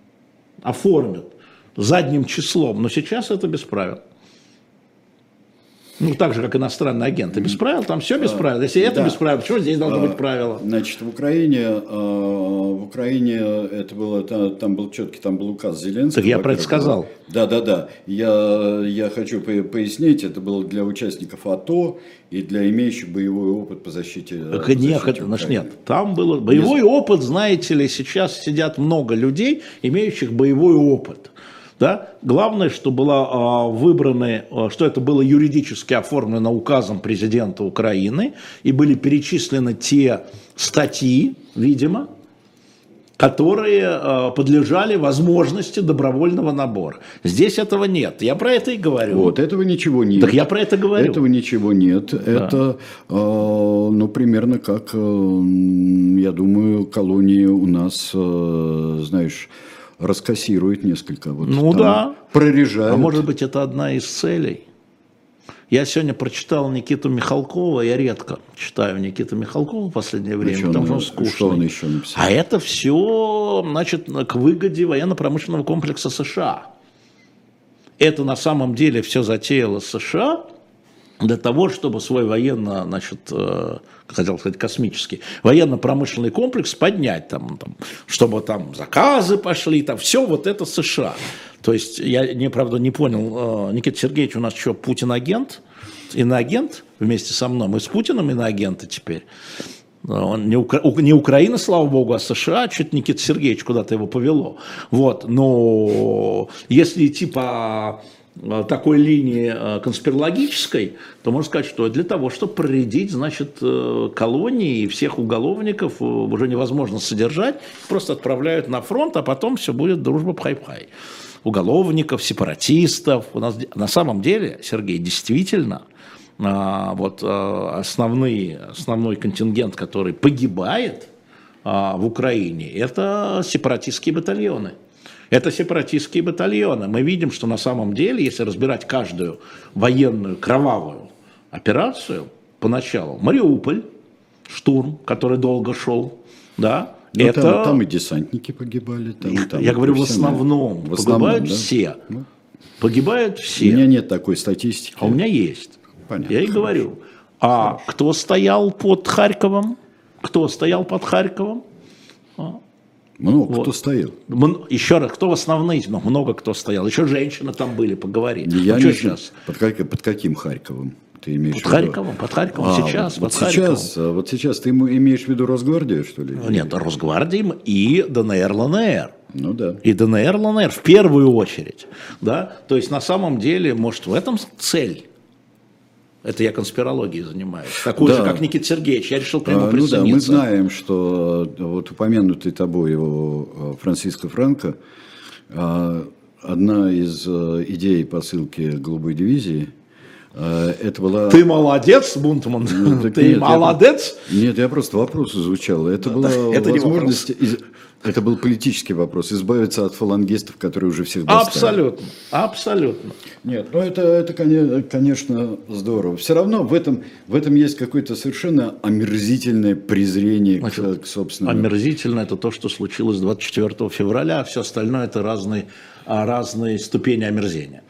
задним числом, но сейчас это без правил. Так же, как иностранные агенты без правил, там все без правил. Если это без правил, почему здесь должно быть правило? Значит, в Украине это было, там был четкий, там был указ Зеленского. Так я про это сказал. Да. Я хочу пояснить, это было для участников АТО и для имеющих боевой опыт по защите. Нет, там был боевой опыт, знаете ли, сейчас сидят много людей, имеющих боевой опыт. Да? Главное, что что это было юридически оформлено указом президента Украины, и были перечислены те статьи, видимо, которые подлежали возможности добровольного набора. Здесь этого нет. Я про это и говорю. Вот, этого ничего нет. Так я про это говорю. Этого ничего нет. Да. Это, примерно как, я думаю, колонии у нас, знаешь, раскассирует несколько. Прорежают. А может быть, это одна из целей. Я сегодня прочитал Никиту Михалкова, я редко читаю Никиту Михалкова в последнее время, потому что он скучный. Что он еще написал? А это все, к выгоде военно-промышленного комплекса США. Это на самом деле все затеяло США для того, чтобы свой хотел сказать космический, военно-промышленный комплекс поднять, чтобы заказы пошли, все это США. То есть я, правда, не понял, Никита Сергеевич у нас что, Путин-агент, иноагент вместе со мной, мы с Путиным иноагенты теперь. Не Украина, слава богу, а США, чуть Никита Сергеевич куда-то его повело. Вот. Но если идти по такой линии конспирологической, то можно сказать, что для того, чтобы проредить, значит, колонии и всех уголовников уже невозможно содержать, просто отправляют на фронт, а потом все будет дружба пхай-пхай. Уголовников, сепаратистов. У нас на самом деле, Сергей, действительно, вот основной контингент, который погибает в Украине, это сепаратистские батальоны. Это сепаратистские батальоны. Мы видим, что на самом деле, если разбирать каждую военную кровавую операцию, поначалу Мариуполь, штурм, который долго шел, да, ну, это... там и десантники погибали. Там я говорю, в основном погибают, да? Все. Ну, погибают все. У меня нет такой статистики. А у меня есть. Понятно. Я и говорю. А хорошо. Кто стоял под Харьковом? Кто стоял под Харьковом? Много вот. Кто стоял. Еще раз, кто в основные, но много кто стоял. Еще женщины там были, поговори. Я не сейчас. Под каким Харьковом? Ты имеешь под Харьковом, сейчас. Вот сейчас ты имеешь в виду Росгвардию, что ли? Нет, Росгвардию и ДНР, ЛНР. Ну да. И ДНР, ЛНР в первую очередь. Да? То есть на самом деле, может, в этом цель. Это я конспирологией занимаюсь. Такой же, как Никита Сергеевич. Я решил к нему присоединиться. Ну да, мы знаем, что вот упомянутый тобой его Франциско Франко, одна из идей посылки голубой дивизии, это была... Ты молодец, Бунтман? Ты молодец? Нет, я просто вопрос изучал. Это была возможность... Это был политический вопрос, избавиться от фалангистов, которые уже всех достали. Абсолютно. Нет, ну это, конечно, здорово. Все равно в этом есть какое-то совершенно омерзительное презрение к собственному. Омерзительно это то, что случилось 24 февраля, а все остальное это разные ступени омерзения.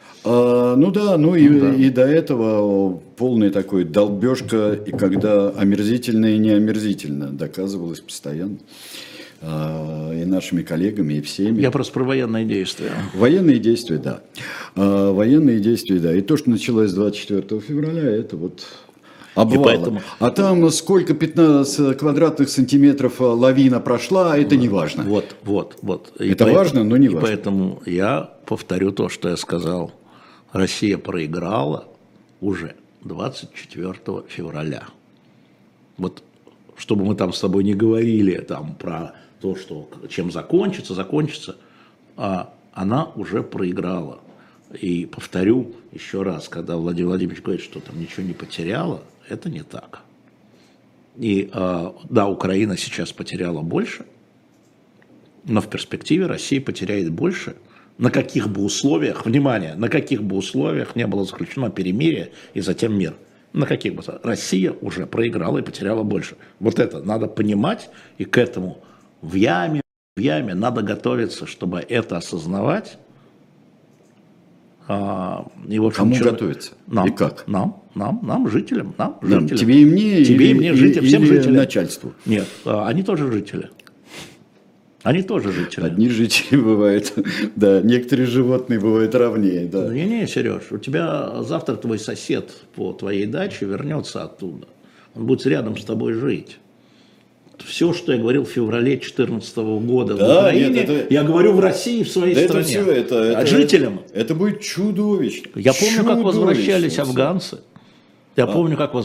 И до этого полная такой долбежка, и когда омерзительно и не омерзительно доказывалось постоянно. И нашими коллегами, и всеми. Я просто про военные действия. Военные действия, да. Военные действия, да. И то, что началось с 24 февраля, это вот обвал. Поэтому... А там сколько 15 квадратных сантиметров лавина прошла, это не важно. Вот. Это важно, но не важно. Поэтому я повторю то, что я сказал. Россия проиграла уже 24 февраля. Вот, чтобы мы там с тобой не говорили там про то, что чем закончится, она уже проиграла. И повторю еще раз, когда Владимир Владимирович говорит, что там ничего не потеряла, это не так. И да, Украина сейчас потеряла больше, но в перспективе Россия потеряет больше. На каких бы условиях, внимание, на каких бы условиях не было заключено перемирие и затем мир. На каких бы Россия уже проиграла и потеряла больше. Вот это надо понимать, и к этому в яме надо готовиться, чтобы это осознавать. И, в общем, кому готовиться? Нам, и как? Нам, жителям. Тебе и мне, тебе и мне, жителям, всем жителям. Начальству? Нет, они тоже жители. Одни жители бывают, да, некоторые животные бывают ровнее, да. Не, Сереж, у тебя завтра твой сосед по твоей даче вернется оттуда. Он будет рядом с тобой жить. Все, что я говорил в феврале 2014 года в Украине, я говорю в России, в своей стране. Это жителям. Это будет чудовищно. Я помню, как возвращались афганцы. Я помню, как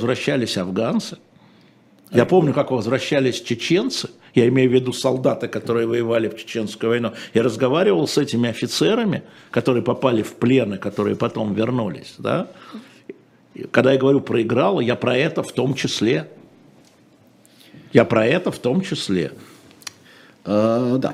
возвращались чеченцы. Я имею в виду солдаты, которые воевали в Чеченскую войну. Я разговаривал с этими офицерами, которые попали в плен и которые потом вернулись. Да? Когда я говорю проиграла, я про это в том числе. Да.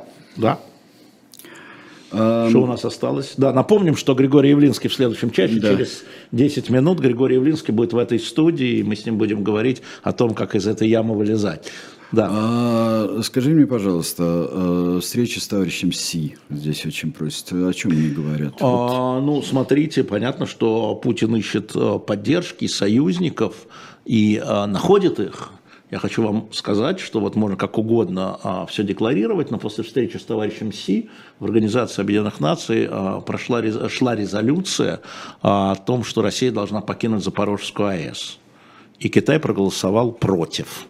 Что у нас осталось? Да, напомним, что Григорий Явлинский в следующем часе, через 10 минут Григорий Явлинский будет в этой студии, и мы с ним будем говорить о том, как из этой ямы вылезать. Да. Скажи мне, пожалуйста, встреча с товарищем Си здесь очень просят. О чем они говорят? Ну, смотрите, понятно, что Путин ищет поддержки, союзников и находит их. Я хочу вам сказать, что вот можно как угодно все декларировать, но после встречи с товарищем Си в Организации Объединенных Наций шла резолюция о том, что Россия должна покинуть Запорожскую АЭС. И Китай проголосовал против.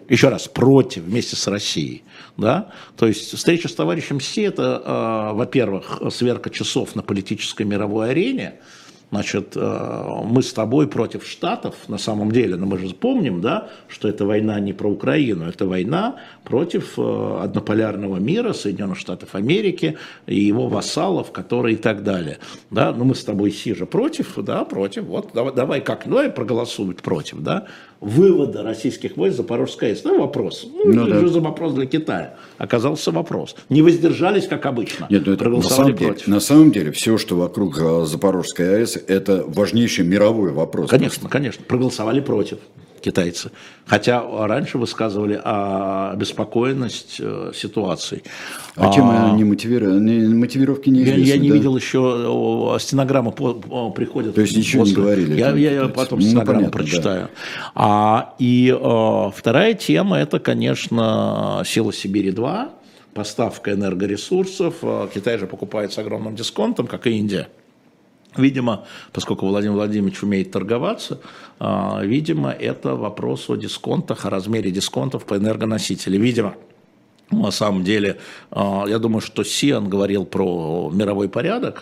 Еще раз, против, вместе с Россией. Да? То есть встреча с товарищем Си – это, во-первых, сверка часов на политической мировой арене. Значит, мы с тобой против Штатов, на самом деле, но мы же помним, да, что это война не про Украину, это война против однополярного мира, Соединенных Штатов Америки и его вассалов, которые и так далее. Да? Но мы с тобой Си же против, да, против, вот, давай проголосуют против, да, вывода российских войск с Запорожской АЭС. Ну, вопрос. Да. За вопрос для Китая. Оказался вопрос. Не воздержались, как обычно. Нет, это проголосовали против. На самом деле, все, что вокруг Запорожской АЭС, это важнейший мировой вопрос. Конечно, конечно. Проголосовали против китайцы. Хотя раньше высказывали обеспокоенность ситуацией. А чем они мотивировали? Мотивировки неизвестны. Я не видел еще, стенограмма приходит. То есть ничего не говорили? Я потом стенограмму прочитаю. Да. И вторая тема, это, конечно, «Сила Сибири-2», поставка энергоресурсов. Китай же покупает с огромным дисконтом, как и Индия. Видимо, поскольку Владимир Владимирович умеет торговаться, видимо, это вопрос о дисконтах, о размере дисконтов по энергоносителям. Видимо, на самом деле, я думаю, что Сиан говорил про мировой порядок,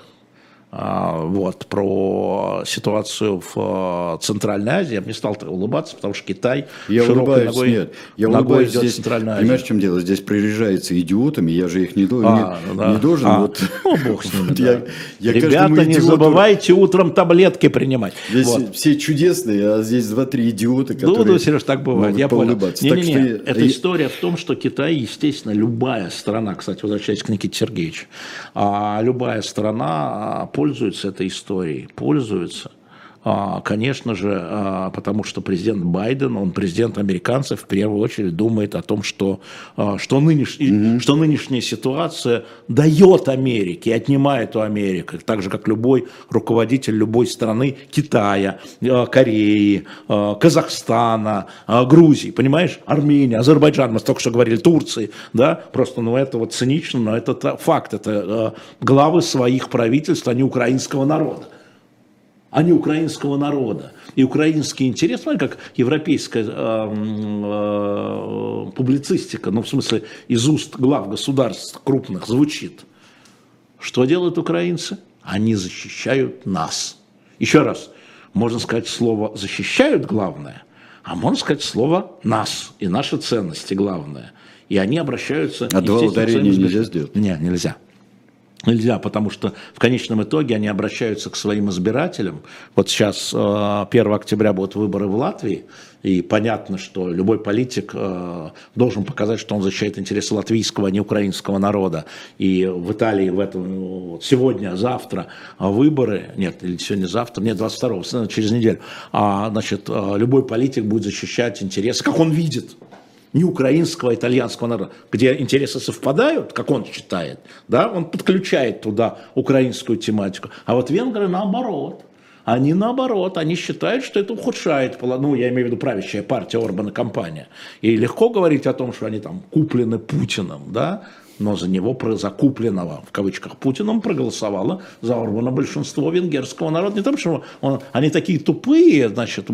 вот, про ситуацию в Центральной Азии. Я бы не стал улыбаться, потому что Китай широкой ногой идет в Центральную Азию. Понимаешь, в чем дело? Здесь приряжается идиотами, я же их не должен. Вот, ну, бог с ними, да. Ребята, не забывайте утром таблетки принимать. Здесь все чудесные, а здесь 2-3 идиота, которые... Ну, Сереж, так бывает, я понял. Эта история в том, что Китай, естественно, любая страна, кстати, возвращаясь к Никите Сергеевичу, любая страна пользуются этой историей, пользуются, конечно же, потому что президент Байден, он президент американцев, в первую очередь думает о том, что нынешняя ситуация дает Америке, отнимает у Америки, так же, как любой руководитель любой страны, Китая, Кореи, Казахстана, Грузии, понимаешь, Армении, Азербайджан, мы только что говорили, Турции, да, просто, это вот цинично, но это факт, это главы своих правительств, а не украинского народа. И украинский интерес, смотри, как европейская публицистика, в смысле из уст глав государств крупных звучит. Что делают украинцы? Они защищают нас. Еще раз, можно сказать слово «защищают» главное, а можно сказать слово «нас» и наши ценности главное. И они обращаются... А два ударения нельзя сделать? Нет, нельзя. Нельзя, потому что в конечном итоге они обращаются к своим избирателям. Вот сейчас 1 октября будут выборы в Латвии, и понятно, что любой политик должен показать, что он защищает интересы латвийского, а не украинского народа. И в Италии сегодня, завтра выборы, или сегодня-завтра, 22-го, через неделю, любой политик будет защищать интересы, как он видит. Не украинского, а итальянского народа, где интересы совпадают, как он считает, да, он подключает туда украинскую тематику. А вот венгры наоборот. Они считают, что это ухудшает, я имею в виду правящая партия Орбана, компания. И легко говорить о том, что они там куплены Путиным, да, но за него, за купленного, в кавычках, Путиным проголосовало за Орбана большинство венгерского народа. Не потому, что они такие тупые,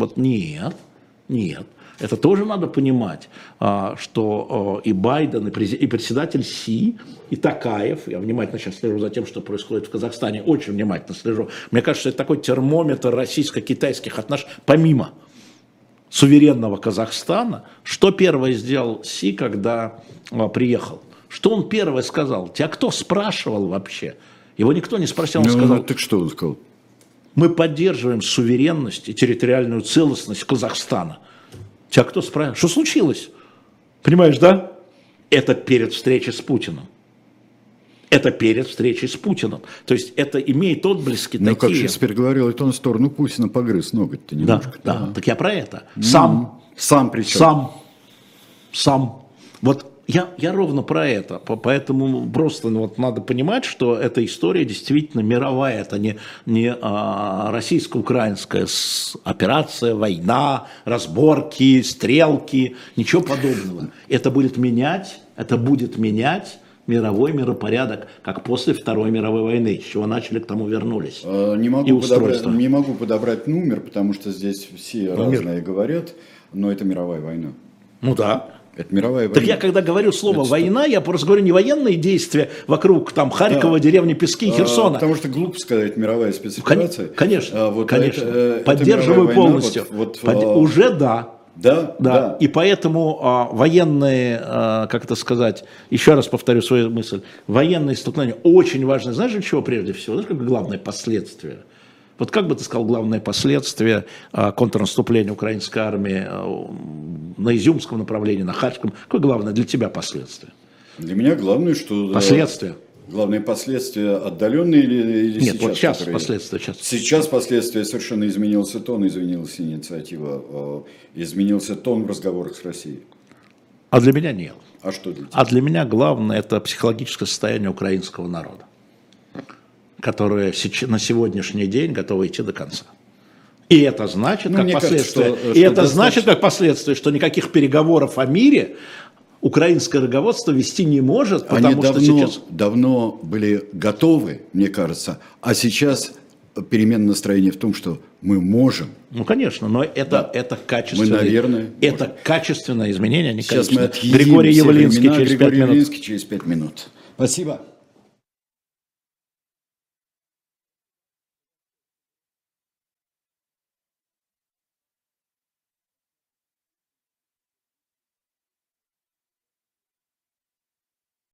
нет. Это тоже надо понимать, что и Байден, и председатель Си, и Токаев, я внимательно сейчас слежу за тем, что происходит в Казахстане, очень внимательно слежу. Мне кажется, это такой термометр российско-китайских отношений, помимо суверенного Казахстана. Что первое сделал Си, когда приехал? Что он первое сказал? Тебя кто спрашивал вообще? Его никто не спросил, он сказал... Так что он сказал? Мы поддерживаем суверенность и территориальную целостность Казахстана. Тебя кто спрашивает? Что случилось? Понимаешь, да? Это перед встречей с Путиным. То есть это имеет отблески такие. Как Шекспир говорил, это он в сторону Путина погрыз ноготь-то немножко. Да. Так я про это. Сам причем. Сам. Вот я ровно про это. Поэтому просто надо понимать, что эта история действительно мировая. Это не российско-украинская операция, война, разборки, стрелки, ничего подобного. Это будет менять мировой миропорядок, как после Второй мировой войны, с чего начали, к тому вернулись. Не могу подобрать номер, потому что здесь все разные говорят, но это мировая война. Ну да. Это мировая война. Так я когда говорю слово «война», я просто говорю не военные действия вокруг там Харькова, деревни Пески, Херсона. Потому что глупо сказать мировая спецоперация. Конечно, конечно. Поддерживаю полностью. Уже да. Да. И поэтому военные, как это сказать, еще раз повторю свою мысль, военные столкновения очень важны. Знаешь, для чего прежде всего? Знаешь, как главное последствие? Вот как бы ты сказал, главное последствие контрнаступления украинской армии на Изюмском направлении, на Харьковском? Какое главное для тебя последствие? Для меня главное, что... Последствия. Главные последствия отдаленные или Нет, сейчас? вот сейчас последствия. Сейчас последствия совершенно изменился тон, изменилась инициатива, изменился тон в разговорах с Россией. А для меня нет. А что для тебя? А для меня главное это психологическое состояние украинского народа, которое на сегодняшний день готово идти до конца. И это значит, как последствие, как последствие, что никаких переговоров о мире украинское руководство вести не может, потому что сейчас... давно были готовы, мне кажется, а сейчас перемена настроения в том, что мы можем. Ну, конечно, но это качественное, мы, наверное, это качественное изменение, а не сейчас мы Григорий Явлинский через 5 минут. Через 5 минут. Спасибо.